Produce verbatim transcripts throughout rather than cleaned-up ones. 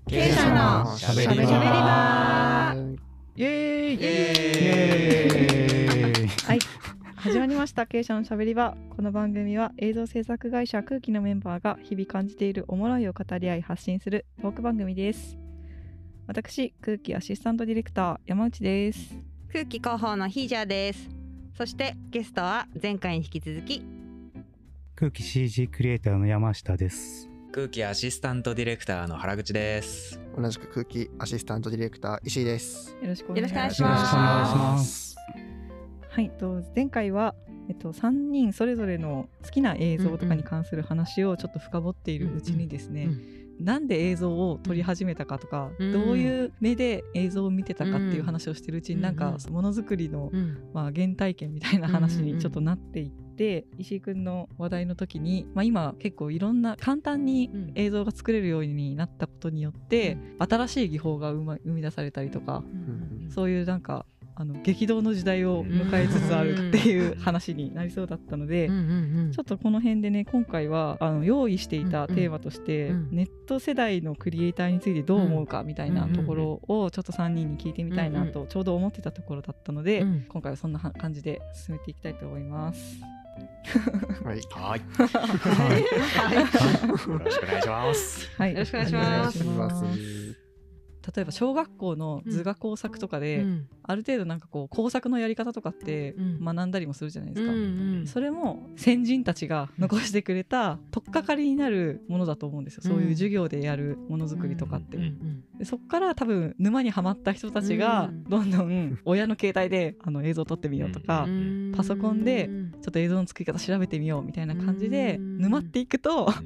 経営者のしゃべり場。 イエーイイエーイはい始まりました経営者のしゃべり場。この番組は映像制作会社空気のメンバーが日々感じているおもろいを語り合い発信するトーク番組です。私空気アシスタントディレクター山内です。 空気広報のヒージャーです。そしてゲストは前回に引き続き空気 シージー クリエイターの山下です。 空気アシスタントディレクターの原口です。 同じく空気アシスタントディレクター石井です。 よろしくお願いします。 よろしくお願いします。 はい、と前回は、えっと、さんにんそれぞれの好きな映像とかに関する話をちょっと深掘っているうちにですね、うんうんうん、なんで映像を撮り始めたかとか、うん、どういう目で映像を見てたかっていう話をしてるうちに、うん、なんかものづくりの、うんまあ、原体験みたいな話にちょっとなっていって、うんうん、石井くんの話題の時に、まあ、今結構いろんな簡単に映像が作れるようになったことによって、うん、新しい技法が生み出されたりとか、うん、そういうなんかあの激動の時代を迎えつつあるっていう話になりそうだったので、うんうんうん、ちょっとこの辺でね今回はあの用意していたテーマとして、うんうん、ネット世代のクリエイターについてどう思うかみたいなところをちょっとさんにんに聞いてみたいなとちょうど思ってたところだったので、うん、今回はそんな感じで進めていきたいと思います。 はい、 はい、はい、よろしくお願いします。 はい、 よろしくお願いします。 例えば小学校の図画工作とかで、うん、ある程度なんかこう工作のやり方とかって学んだりもするじゃないですか、うんうん、それも先人たちが残してくれた取っかかりになるものだと思うんですよ、うん、そういう授業でやるものづくりとかって、うんうんうん、でそっから多分沼にはまった人たちがどんどん親の携帯であの映像を撮ってみようとか、うん、パソコンでちょっと映像の作り方調べてみようみたいな感じで沼っていくと、うん、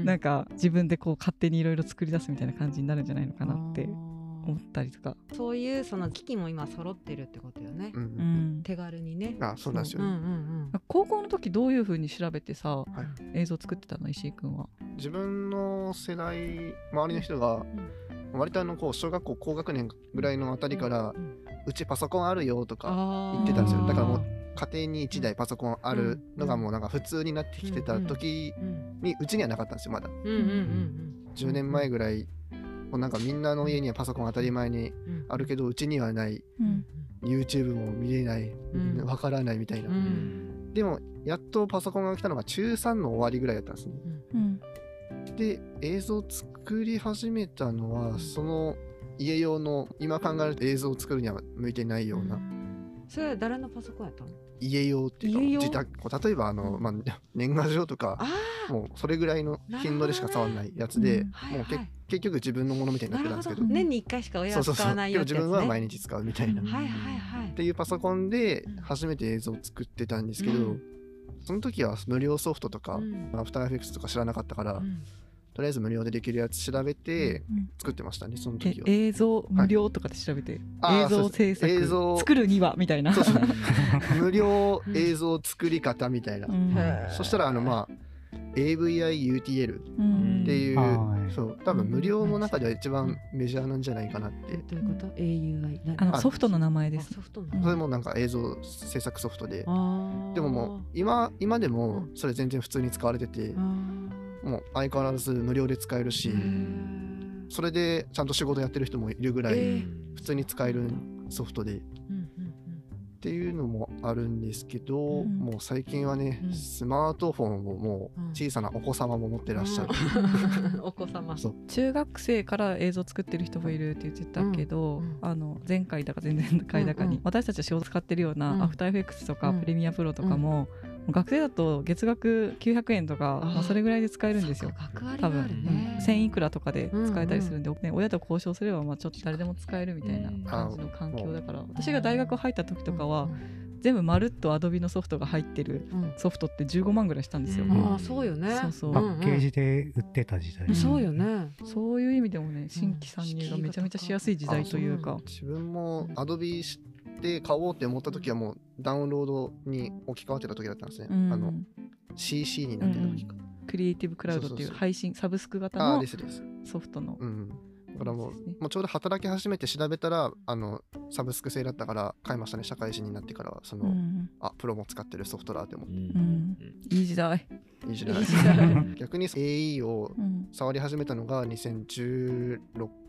なんか自分でこう勝手にいろいろ作り出すみたいな感じになるんじゃないのかなって思ったりとか、 そういうその機器も今揃ってるってことよね、うんうん、手軽にね。 あ、そうなんですよね、うんうんうん、 高校の時どういう風に調べてさ、はい、映像作ってたの石井くんは。 自分の世代周りの人が、うん、割とあのこう小学校高学年ぐらいのあたりから、うんうん、うちパソコンあるよとか言ってたんですよ。だからもう家庭にいちだいパソコンあるのがもうなんか普通になってきてた時にうちにはなかったんですよまだ、うんうんうん、じゅうねんまえぐらいもうなんかみんなの家にはパソコン当たり前にあるけどうちにはない、うん、YouTube も見れない、うん、わからないみたいな、うん、でもやっとパソコンが来たのがちゅうさんの終わりぐらいだったんですね、うん、で映像作り始めたのはその家用の今考えると映像を作るには向いてないような、うん、 それは誰のパソコンやったの？ 家用っていうか自宅、例えばあの、まあ、年賀状とかもうそれぐらいの頻度でしか触らないやつで、うんはいはい、もうけ結局自分のものみたいになってたんですけど、 年にいっかいしか親は使わないよってやつね。 そうそうそう、けど自分は毎日使うみたいな、うんはいはいはい、っていうパソコンで初めて映像を作ってたんですけど、うん、その時は無料ソフトとか、うん、アフターエフェクツとか知らなかったから、うん、とりあえず無料でできるやつ調べて作ってましたね、その時は。 映像無料とかで調べて、はい、映像制作映像作るにはみたいなそうそう無料映像作り方みたいな、うん、そしたらあのまあ エーブイアイユーティーエル っていう、うん、そう多分無料の中では一番メジャーなんじゃないかなって。 どういうこと？ エーユーアイあのソフトの名前です。 ソフトのそれもなんか映像制作ソフトで、でももう 今, 今でもそれ全然普通に使われてて、もう相変わらず無料で使えるし、それでちゃんと仕事やってる人もいるぐらい普通に使えるソフトで、っていうのもあるんですけど、うん、もう最近はね、うん、スマートフォンをもう小さなお子様も持ってらっしゃる、 うん、お子様そう中学生から映像作ってる人もいるって言ってたけど、うん、あの前回だか前々回だかに、うんうん、私たちが仕事使ってるような、うん、アフターエフェクツとか、うん、プレミアプロとかも、うん、学生だと月額きゅうひゃくえんとか、まあ、それぐらいで使えるんですよ。多分、うん、せんいくらとかで使えたりするんで、うんうんね、親と交渉すればまあちょっと誰でも使えるみたいな感じの環境だから、私が大学入った時とかは、うんうん全部まるっとアドビのソフトが入ってるソフトってじゅうごまんぐらいしたんですよ、 うん、ああそうよね。 そうそうパッケージで売ってた時代、 うん、そうよね。 そういう意味でもね新規参入がめちゃめちゃしやすい時代というか、 自分もアドビで買おうって思った時はもうダウンロードに置き換わってた時だったんですね、うん、あの シーシー になってた時か、 うん、クリエイティブクラウドっていう配信サブスク型のソフトの、 うんだからもう、ね、もうちょうど働き始めて調べたらあのサブスク制だったから買いましたね。社会人になってからはその、うん、あプロも使ってるソフトだって思って、うん、 いい時代いい時代逆に エーイー を触り始めたのがにせんじゅうろ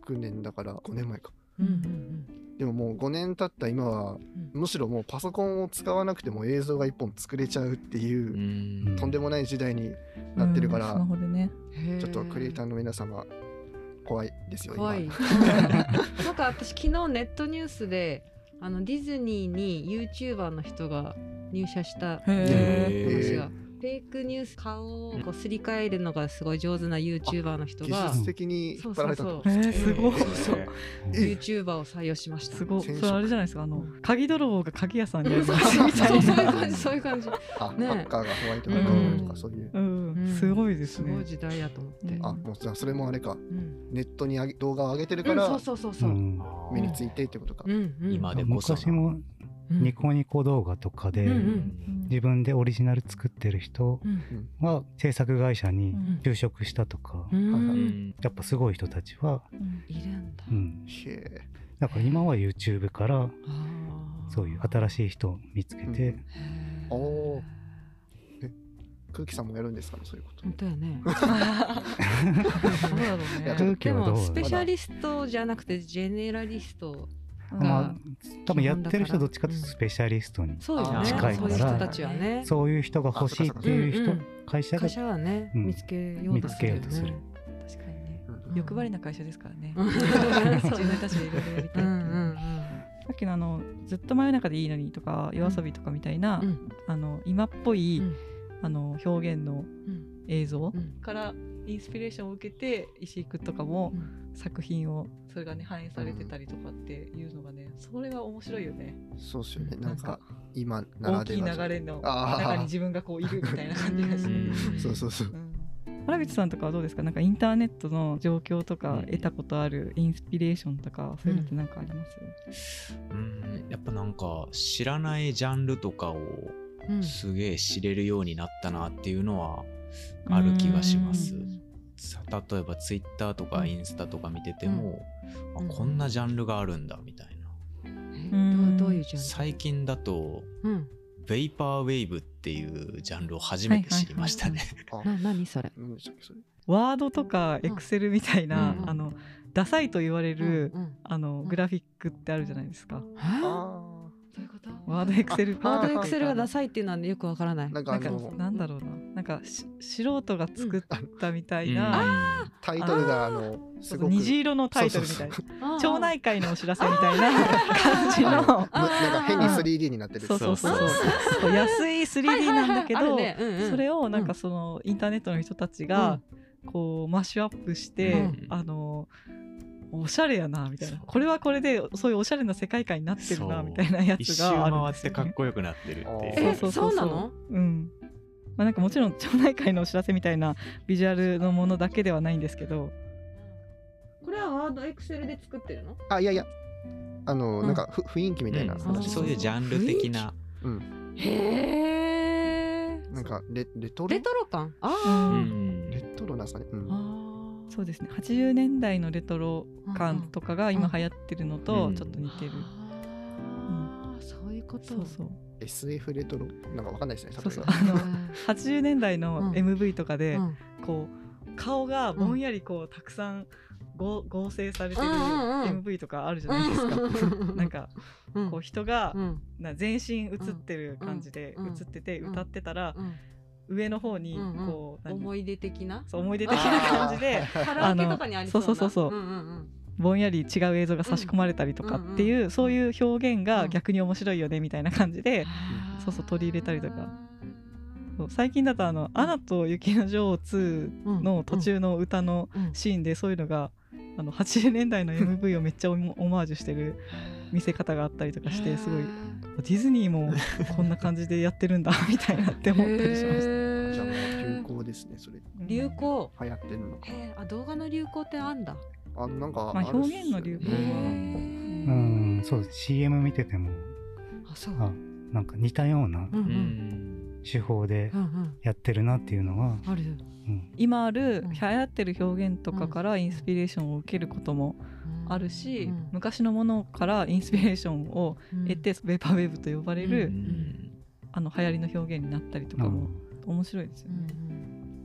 くねんだからごねんまえか。 うんうんでももうごねん経った今は、 うんむしろもうパソコンを使わなくても映像がいっぽん作れちゃうっていう、 うんとんでもない時代になってるから、 うんスマホでね。 へーちょっとクリエイターの皆様怖いですよ怖い今。 なんか私昨日ネットニュースであのディズニーに YouTuber の人が入社したっていう話が、フェイクニュース顔をこうすり替えるのがすごい上手な YouTuber の人技が術的に引っ張られたと。 えー、すごい。 そうそうえ YouTuber を採用しました。 すごい。そ転職れあれじゃないですか。あのうん鍵泥棒が鍵屋さんにやりそうますみたそうそういういな。 感じそういう感じ。 あ、 ねハッカーがホワイトカうんーとかそういう。 うんうんすごいですすごいね。 時代やと思って。 うんあ、もうじゃあそれもあれか。 うんネットに上げ動画を上げてるかうんらそうそうそうそうう。 ん目についてってことか。 うんうん今でこそ昔もうんニコニコ動画とかでうんうん自分でオリジナル作ってる人うんは制作会社にうん就職したとか、 うんはいはいうんやっぱすごい人たちは、 うんいるんだ。 うん、 へえ。 だから今は YouTube からあーそういう新しい人を見つけて、 へーおー空気さんもやるんですかね、そういうこと。 本当やね。 どうだろういやね。 空気ではどうもスペシャリストじゃなくてジェネラリスト。 まあ多分やってる人どっちかというとうんスペシャリストに、 そうよね。 近いからそういう人たちはね。 そういう人が欲しいっていう人、 うんうん会社が会社はね、 うん見つけようとするよね。 見つけようとする確かにね。 うん欲張りな会社ですからね。 うん自分たちでいろいろやりたいっていう。 うんうんさっきのあのずっと真夜中でいいのにとか夜遊びとかみたいな、 うんあの今っぽい、 うんあの表現のうん映像うんからインスピレーションを受けて石井くんとかもうん作品をそれがね反映されてたりとかっていうのがね、それが面白いよね。 そうっすよね。 なかなんんか今な大きいらではじゃん。 流れのあー中に自分がこういるみたいな感じがして。 うんそうそうそう。 うん原口さんとかはどうですか？なんかインターネットの状況とか得たことあるインスピレーションとかそういうのって何かあります？ うんやっぱなんか知らないジャンルとかをうんすげえ知れるようになったなっていうのはある気がしますう。んさ例えばツイッターとかインスタとか見てても、 うんあこんなジャンルがあるんだみたいな。 えどうどういうジャンル？ 最近だとうん。 ベイパーウェイブっていうジャンルを初めて知りましたね。 あ、 な何それ？ 何でしたっけそれ。 ワードとかエクセルみたいな、 うんあのダサいと言われる、 うんうんあのグラフィックってあるじゃないですか。 はあどういうこと？ ワードエクセルワードエクセルがダいサいっていうのはねよくわからない。 あ、なんかなんかあのなんだろうな、なんかし素人が作ったみたいうんな、 タイトルがあのすごくそう虹色のタイトルみたいな、 あー町内会のお知らせみたいな感じの、 むなんか変に スリーディー になってる。 そうそうそうそうそう安い スリーディー なんだけはいど、 はいはいあるねうんうんそれをなんかそのインターネットの人たちがこうマッシュアップして、 うんあのおしゃれやなみたいな、 そうこれはこれでそういうおしゃれな世界観になってるなそうみたいなやつ一周があるん回ってですよね。 かっこよくなってるってえいう。 そうそうそうそうそうなの？ うん。まあなんかもちろん町内会のお知らせみたいなビジュアルのものだけではないんですけど、 これはワードエクセルで作ってるの？ あ、いやいや、あの、 うんなんかふ雰囲気みたいなうん話。 そういうジャンル的な。 うん。 へえ。 なんかレレトロレトロ感？あうあ。 うんレトロなんですかね。うん。 あーそうですね。はちじゅうねんだいのレトロ感とかが今流行ってるのとちょっと似てる。 あーそういうこと。 そうそう。 エスエフ レトロなんかわかんないですね。 そうそう。 例えばあのはちじゅうねんだいの エムブイ とかで、 うんこう顔がぼんやりこうたくさん合合成されてるうんうんうんエムブイ とかあるじゃないですか。なんかうんこう人がうんな全身映ってる感じでうん映っててうん歌ってたらうん上の方にうんうんこう何思い出的なそう思い出的な感じでカラオケとかにありそうな。 そうそうそうそうんんんぼんやり違う映像が差し込まれたりとかっていうそういう表現が逆に面白いよねみたいな感じでそうそう取り入れたりとかそう最近だとあの「アナと雪の女王ツー」の途中の歌のうんシーンでそういうのがあのはちじゅうねんだいの エムブイ をめっちゃオマージュしてる見せ方があったりとかしてすごいディズニーもこんな感じでやってるんだみたいなって思ったりしました。 じゃあもう流行ですね。それ流行。 流行ってるのか。 へーあ動画の流行ってあんだ。 あなんかまあるっすよね表現の流行はうん、そうです。 シーエム 見ててもあそう。 あなんか似たようなうんううんん手法でうんうんやってるなっていうのは、 ある。 うん、 今あるうん流行ってる表現とかからインスピレーションを受けることもあるし、 うん昔のものからインスピレーションを得てベーパーウェーブと呼ばれる、 うんあの流行りの表現になったりとかも面白いですよね。 うんうん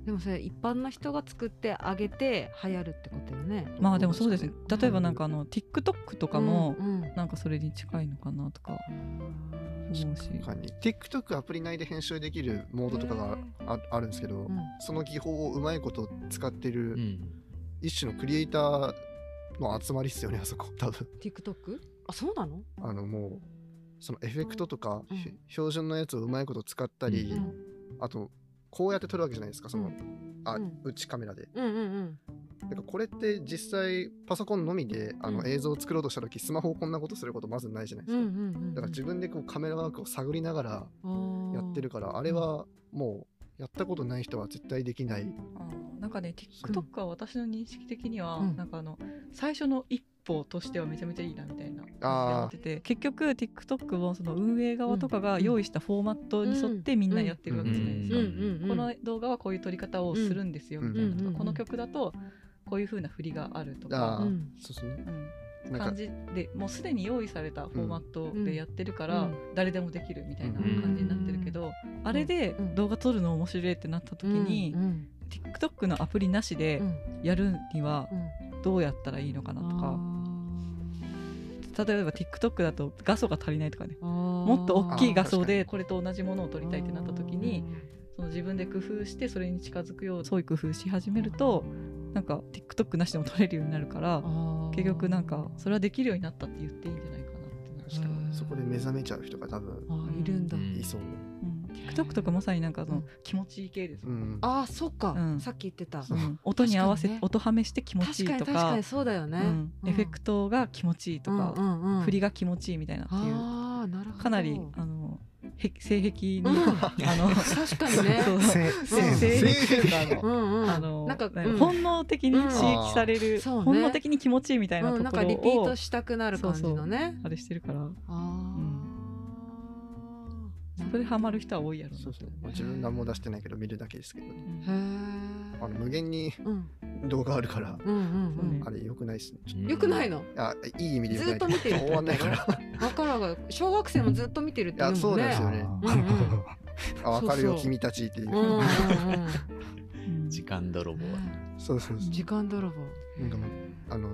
でもそれ一般の人が作ってあげて流行るってことよね。 まあでもそうですね。例えばなんかあの TikTok とかもうんうん、 なんかそれに近いのかなとか思うし、 確かに TikTok アプリ内で編集できるモードとかが あ, あるんですけど、 うんその技法をうまいこと使ってるうん一種のクリエイターの集まりっすよね、あそこ多分。 TikTok？ あ、そうなの？ あのもうそのエフェクトとか、 うんひ標準のやつをうまいこと使ったり、 うんあとこうやって撮るわけじゃないですか、その、 うんあうん内カメラで。 うんうんうんなんかこれって実際パソコンのみであのうん映像を作ろうとした時、スマホをこんなことすることまずないじゃないでうんうすか。 んうん。 だから自分でこうカメラワークを探りながらやってるかから、あれはもうやったことない人は絶対できない。 あーなんかね TikTok は私の認識的には、 うんなんかあの最初の一歩としてはめちゃめちゃいいなみたいな感じであー思ってて、結局 TikTok もその運営側とかが用意したフォーマットに沿ってみんなやってるわけじゃないですか、 うんうんうん、 この動画はこういう撮り方をするんですよみたいなとか、 うんうんうん、 この曲だとこういう風な振りがあるとあか、 あ、 うんそうですね。 うん、 なんか感じでもうすでに用意されたフォーマットでやってるから、 うん誰でもできるみたいなうん感じになってるけど、あれで動画撮るの面白いってなった時に、 うんうん TikTok のアプリなしでやるにはうんどうやったらいいのかなとか、 あ例えば TikTok だと画素が足りないとかね、 ーもっと大きい画素あーでこれと同じものを撮りたいってなった時に、その自分で工夫してそれに近づくようそういう工夫し始めると、なんか TikTok なしでも撮れるようになるから、 あー結局なんかそれはできるようになったって言っていいんじゃないかなって思う。 確かにそこで目覚めちゃう人が多分あーいるんだ、 うんいそう。 うん、TikTok とかまさになんかそのうん気持ちいい系ですよ、 うん。 あーそっか、 うんさっき言ってたうん音に合わせて、 確かにね音はめして気持ちいいと確かに確かかにそうだよね、 うんエフェクトが気持ちいいとか、 うんうんうん振りが気持ちいいみたいなっていう、 あーなるほどかなりあのへ性癖に、 うんあの確かにねそうせうん性癖というかあのうんうんあのなんか、 ねうん本能的に刺激される、 うんそうね本能的に気持ちいいみたいなとうん、 ころを、 なんかリピートしたくなる感じのねあれしてるから、 あーそこでハマる人は多いやろうなそうですね。まあ自分何も出してないけど見るだけですけどね。 うんへーあの無限にうん動画あるから、 うんうんうんあれ良くないっすね。ちょっよくないのとあいい意味で良くない。 ずっと見てる終わんないから。 わかるわかる小学生もずっと見てるって言うもんねいやそうなんですよねうんうんあ分かるよそうそう君たちっていう。 うんうんうんうん時間泥棒。 そうそうそう。 時間泥棒なんかもうあの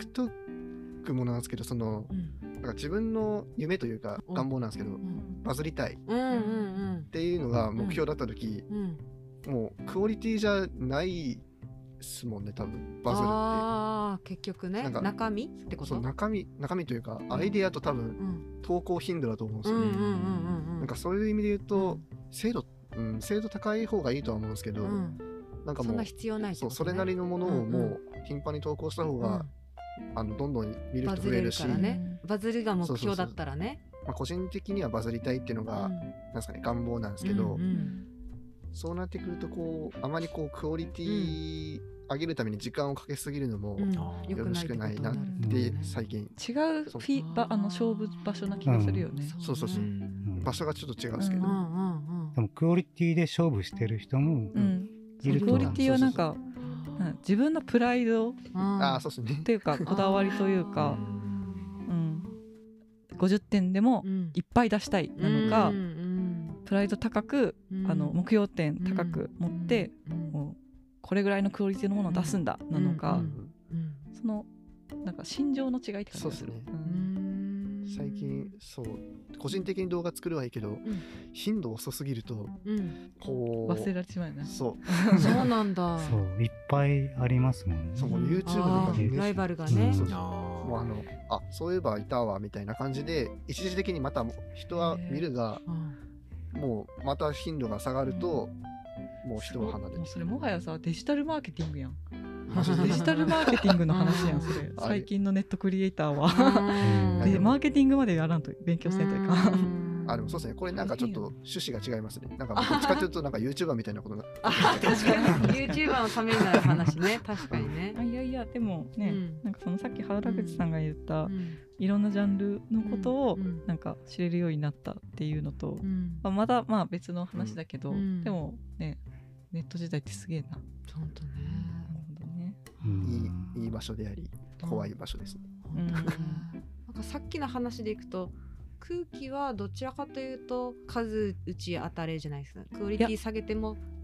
TikTok もなんですけど、そのうんなんか自分の夢というかうん願望なんですけど、 うんバズりたいっうんうんていうのが目標だった時、 うんうんもうクオリティじゃないっすもんね、多分バズるっああ結局ねなんか中身ってて。 ことそう中身中身というかアイデアと多分うん投稿頻度だと思うんですよね。 うんうんうんうんなんかそういう意味で言うと精度、うん、精度高い方がいいとは思うんですけど、 うんなんかもうそんな必要ないってそうことねそれなりのものをもう頻繁に投稿した方が、あのどんどん見るバズれる人増えるし、 からねバズりが目標だったらねまあ、個人的にはバズりたいっていうのが、 うんなんですかね、願望なんですけど、 うんうんそうなってくるとこうあまりこうクオリティ上げるために時間をかけすぎるのもうんあー良くないってことになるよろしくないなって最近、 違うフィばあの勝負場所な気がするよね。 そうそうそううん場所がちょっと違うんですけど、 ううんうんうんでもクオリティで勝負してる人もうん、 いるとクオリティはなんか、 うんうん自分のプライドっああそうですねていうかこだわりというか、うん、ごじゅってんでもうんいっぱい出したいなのか、 うんうんプライド高く、 うんあの目標点高く持って、 うんもうこれぐらいのクオリティのものを出すんだ、なのか、 うんうんそのなんか心情の違いって感じがする。 そうですねううんん最近そう個人的に動画作るはいいけど、 ん頻度遅すぎるとうんこう忘れられてしまうよね。 そうそうなんだそういっぱいありますもんね。 そうもう YouTube とかあーねライバルがねそうそうあもうあのあそういえばいたわみたいな感じで一時的にまた人は見るがうんもうまた頻度が下がると、もう人は離れるもうそれもはやさデジタルマーケティングやん。 マジでデジタルマーケティングの話やんそれ。 あれ最近のネットクリエイターは。 うんでマーケティングまでやらんと勉強せんというか。 うんあでもそうですねこれなんかちょっと趣旨が違いますねなんかどっちかというとなんか YouTuber みたいなことなあ確かに YouTuber のためになる話ね確かにねあいやいやでもね、 うんなんかそのさっき原口さんが言った、 うんいろんなジャンルのことをうんなんか知れるようになったっていうのと、 うんまあ、まだまあ別の話だけど、 うんでもねネット時代ってすげえな。なる本当ねほどね。 うんいいいい場所であり怖い場所ですね、 うんなんかさっきの話でいくと空気はどちらかというと数打ち当たれじゃないですかクオリティ下げても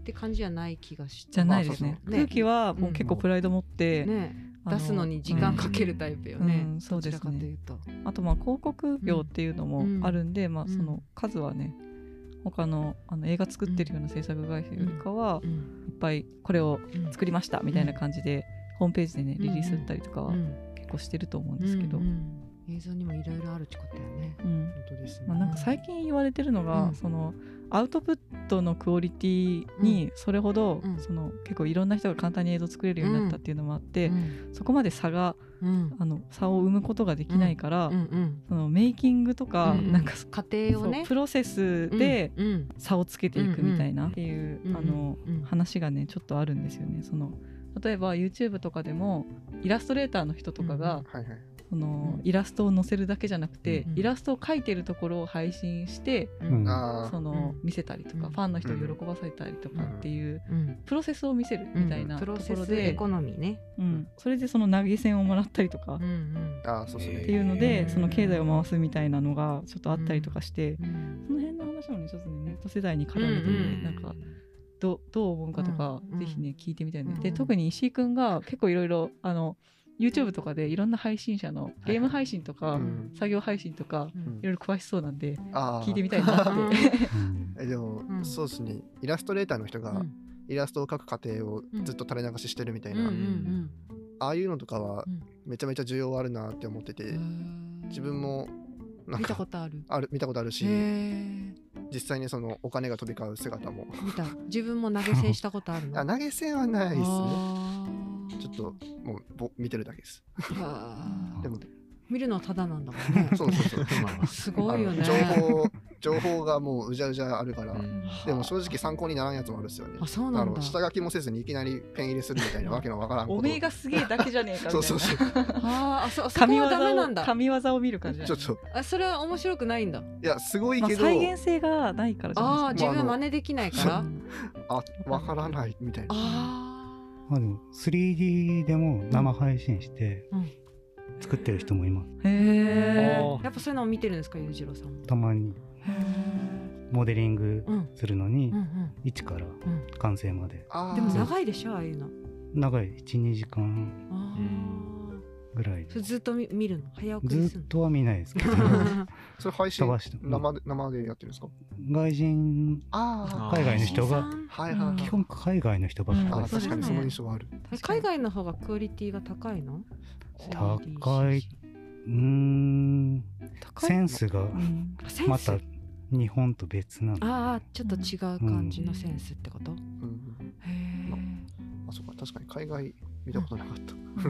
って感じじゃない気がして。 じゃないですね。 ね空気はもう結構プライド持って、 ね、 あの出すのに時間かけるタイプよね。 うんうん、そうですね。 どちらかというと。 あとまあ広告業っていうのもあるんで、 うん、 まあその数はね、他の、あの映画作ってるような制作会社よりかは、うん、いっぱいこれを作りましたみたいな感じで、うん、ホームページでねリリース打ったりとかは結構してると思うんですけど、うんうん、映像にもいろいろあるってことだよね。 うん、 本当ですね。 まあ、なんか最近言われてるのが、うん、そのアウトプットのクオリティにそれほど、うん、その結構いろんな人が簡単に映像作れるようになったっていうのもあって、うん、そこまで差が、うん、あの差を生むことができないから、うんうんうん、そのメイキングとか、うんうん、なんか過程をねプロセスで差をつけていくみたいなっていう、うんうん、あの、うんうん、話がねちょっとあるんですよね。その例えば YouTube とかでもイラストレーターの人とかが、うんはいはい、そのうん、イラストを載せるだけじゃなくて、うん、イラストを描いてるところを配信して、うん、その見せたりとか、うん、ファンの人を喜ばせたりとかっていう、うん、プロセスを見せるみたいなところで、 プロセスエコノミーね、 うん、それでその投げ銭をもらったりとか、うんうん、っていうのでその経済を回すみたいなのがちょっとあったりとかして、うん、その辺の話もねちょっとねネット世代に絡めて、ねうんうん、なんかど, どう思うかとか、うん、ぜひね聞いてみたいね、うん、で特に石井くんが結構いろいろあのYouTube とかでいろんな配信者のゲーム配信とか、はい、作業配信とか、うん、いろいろ詳しそうなんで聞いてみたいなってえでも、うん、そうですね、イラストレーターの人がイラストを描く過程をずっと垂れ流ししてるみたいな、うんうんうん、ああいうのとかはめちゃめちゃ需要あるなって思ってて、うん、自分もなんか見たことあるある見たことあるし、実際にそのお金が飛び交う姿も見た。自分も投げ銭したことあるの？ あ投げ銭はないですね。ちょっともうぼ見てるだけです。でも見るのはただなんだもんね。 そうそうそうすごいよね。 情報情報がもううじゃうじゃあるから、うん、でも正直参考にならんやつもあるっすよね。 あ、そうなんだ。あの下書きもせずにいきなりペン入れするみたいなわけのわからんこと。 おめえがすげえだけじゃねえかみたいな。そうそうそう。 ああ、そそこはダメなんだ。 神業を見る感じ。 ちょっと。 あ、それは面白くないんだ。 いやすごいけど。 まあ、再現性がないからじゃないですか。 ああ、自分真似できないから。 あ、わからないみたいな。 ああ。まあでも スリーディー でも生配信して。うんうん作ってる人もいます。 へえ。やっぱそういうのを見てるんですか、裕次郎さんも。 たまにモデリングするのに、うんうん、一から完成まで、 うん、でも長いでしょ、ああいうの。 長い いちにじかんぐらい。 それずっと 見, 見るの早送りするの？ ずっとは見ないですけどそれ配信生で生でやってるんですか？ 外人あ海外の人がはいはいはい、 基本海外の人ばっかり、うん、 あ確かにその印象はある。 海外の方がクオリティが高いの？ 高い、うーんセンスがまた日本と別なの。 ああ、ちょっと違う感じのセンスってこと？うん、 へえ、まあ、そうか、確かに海外見たことなかった。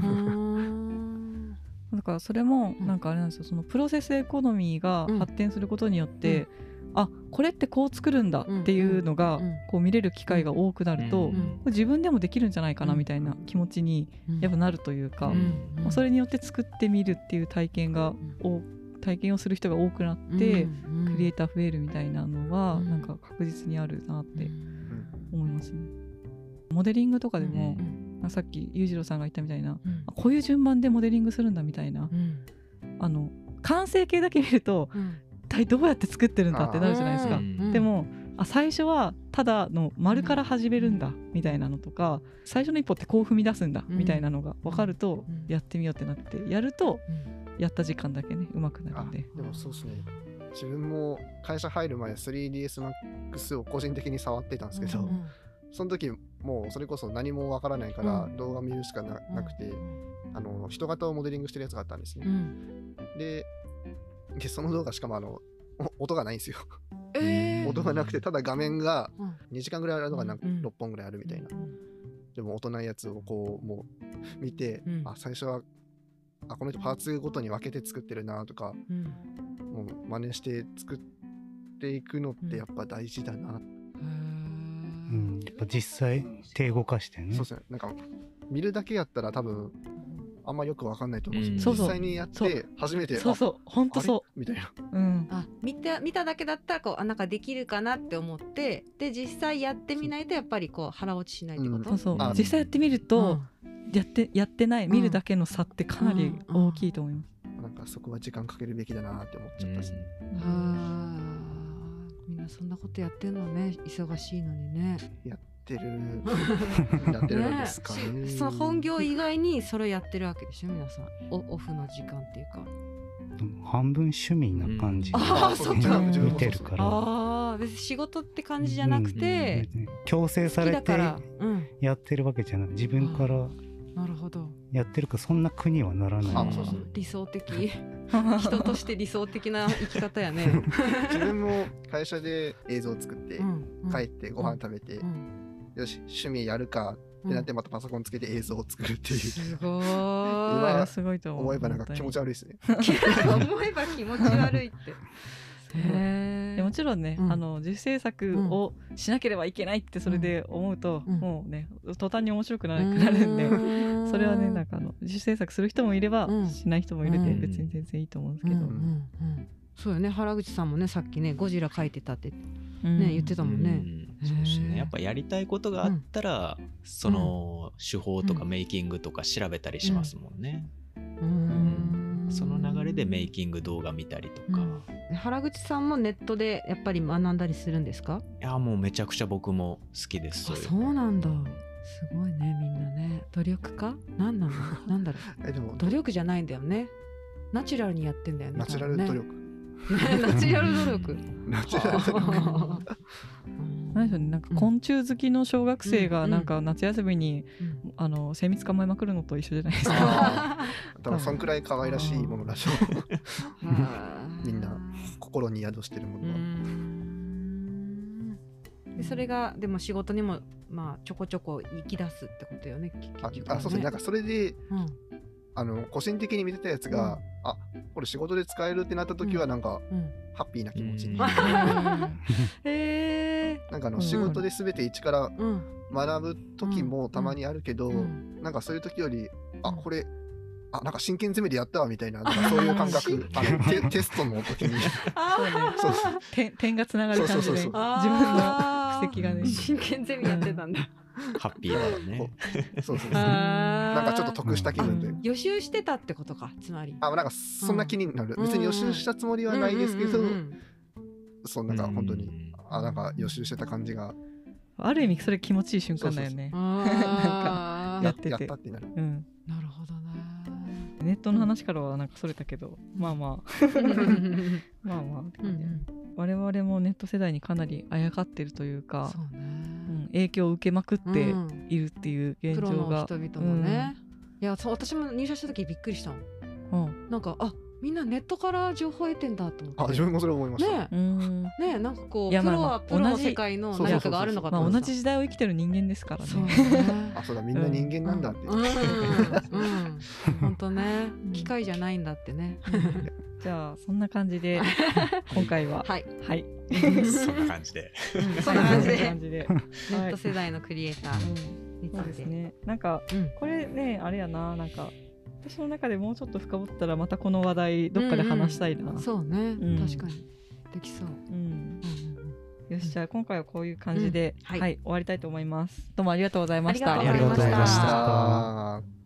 だからそれもなんかあれなんですよ、そのプロセスエコノミーが発展することによって、うん、あ、これってこう作るんだっていうのがこう見れる機会が多くなると、自分でもできるんじゃないかなみたいな気持ちにやっぱなるというか、それによって作ってみるっていう体験が体験をする人が多くなってクリエイター増えるみたいなのはなんか確実にあるなって思いますね。モデリングとかでもさっき裕次郎さんが言ったみたいな、こういう順番でモデリングするんだみたいな、あの完成形だけ見ると一体どうやって作ってるんだってなるじゃないですか。でもあ最初はただの丸から始めるんだみたいなのとか、最初の一歩ってこう踏み出すんだみたいなのが分かるとやってみようってなってやるとやった時間だけね上手くなるんで。 でもそうですね、自分も会社入る前 スリーディーエスマックス を個人的に触ってたんですけど、うんうん、その時もうそれこそ何も分からないから動画見るしか な,、なくて、あの人型をモデリングしてるやつがあったんですね、うん、で, でその動画しかもあの音がないんですよ、えー、音がなくてただ画面がにじかんぐらいあるのがなんかろっぽんぐらいあるみたいな、うん、でも音ないやつをこうもう見て、うん、あ最初はあこの人パーツごとに分けて作ってるなとか、うん、もう真似して作っていくのってやっぱ大事だな、うんうん、やっぱ実際手動かしてね。 そうですね、なんか見るだけやったら多分あんまよく分かんないと思うんですけど、うん、実際にやって初めてそうそう本当そうみたいな、 うん、あ 見, た見ただけだったらこうあなんかできるかなって思ってで実際やってみないとやっぱりこう腹落ちしないってこと、 うん、そうそう実際やってみると、うん、やってやってない見るだけの差ってかなり大きいと思います、 うんうん、なんかそこは時間かけるべきだなって思っちゃったし、ね、 うん、あみんなそんなことやってんのね、忙しいのにね。 やってってるやってるんですかね。 ねその本業以外にそれをやってるわけでしょ皆さん。オオフの時間っていうか半分趣味な感じで、 うん、あそっか見てるから、 あ別に仕事って感じじゃなくて、 うん、強制されてやってるわけじゃない、自分からなるほどやってるかそんな苦にはならない。 あそうそう理想的人として理想的な生き方やね自分も会社で映像を作って、うんうん、帰ってご飯食べて、うん、よし趣味やるかってなってまたパソコンつけて映像を作るっていう、 すごい今すごいと思う。 思えばなんか気持ち悪いですね思えば気持ち悪いってへでもちろんね、うん、あの自主制作をしなければいけないってそれで思うと、うん、もうね途端に面白くなるんで、うん、それはねなんかあの自主制作する人もいれば、うん、しない人もいるで、別に全然いいと思うんですけど、うんうんうん、 そうよね。原口さんもねさっきねゴジラ描いてたって、ねうん、言ってたもんね、 うん、そうですね。やっぱやりたいことがあったら、うん、その手法とかメイキングとか調べたりしますもんね、うんうんうん、その流れでメイキング動画見たりとか、 うん、原口さんもネットでやっぱり学んだりするんですか？ いやもうめちゃくちゃ僕も好きです。 あ、そうなんだ。すごいねみんなね。努力家？なんなの？なんだろう。えでも努力じゃないんだよね。ナチュラルにやってんだよね。 ナチュラル努力。 ナチュラル努力。 ナチュラル努力。 何でしょうね、なんか昆虫好きの小学生がなんか夏休みに、うん、あの精密捕まえまくるのと一緒じゃないですか。 多分そんくらい可愛らしいものらしい。みんな心に宿してるものは。 でそれがでも仕事にもまあちょこちょこ生き出すってことよね。 あ、あそうですね。なんかそれで、うん、あの個人的に見てたやつが、うん、あこれ仕事で使えるってなった時はなんか、うん、ハッピーな気持ちに。へー。なんかあの仕事で全て一から学ぶ時もたまにあるけど、うん、なんかそういう時よりあこれあなんか真剣攻めでやったわみたいな、なんかそういう感覚あの テ, テストの時にそうそう点, 点がつながる感じで自分の布石がね真剣ゼミやってたんだ。 ハッピーだよね。 そうそうそう。なんかちょっと得した気分で。 予習してたってことか、つまり。 あ、なんかそんな気になる。別に予習したつもりはないですけど、そうなんか本当にあなんか予習してた感じが。 ある意味それ気持ちいい瞬間だよね。なんかやってて。 やったってなる。 うん。 なるほどね。 ネットの話からはなんかそれたけど、まあまあまあまあって感じ、うん、我々もネット世代にかなりあやかってるというか、そうね、うん、影響を受けまくっているっていう現状が、 プロの人々もね、うん、いやそう私も入社した時びっくりしたの、うん、なんかあみんなネットから情報を得てんだと思って。 あ自分もそれ思いました。 ねえ、うんねえなんかこうプロはプロの世界の何かがあるのかと思って。 同じ時代を生きてる人間ですからね。 そうねあそうだみんな人間なんだって。 うんうんうん、本当ね機械じゃないんだってね。 じゃあそんな感じで今回ははいはいそんな感じでそんな感じでネット世代のクリエイターについて。 そうですね。なんかこれねあれやななんか。私の中でもうちょっと深掘ったらまたこの話題どっかで話したいな、うんうん、 そうね、うん、確かにできそう、うんうんうん、よしじゃあ今回はこういう感じで、うんはいはい、終わりたいと思います。どうもありがとうございました。 ありがとうございました。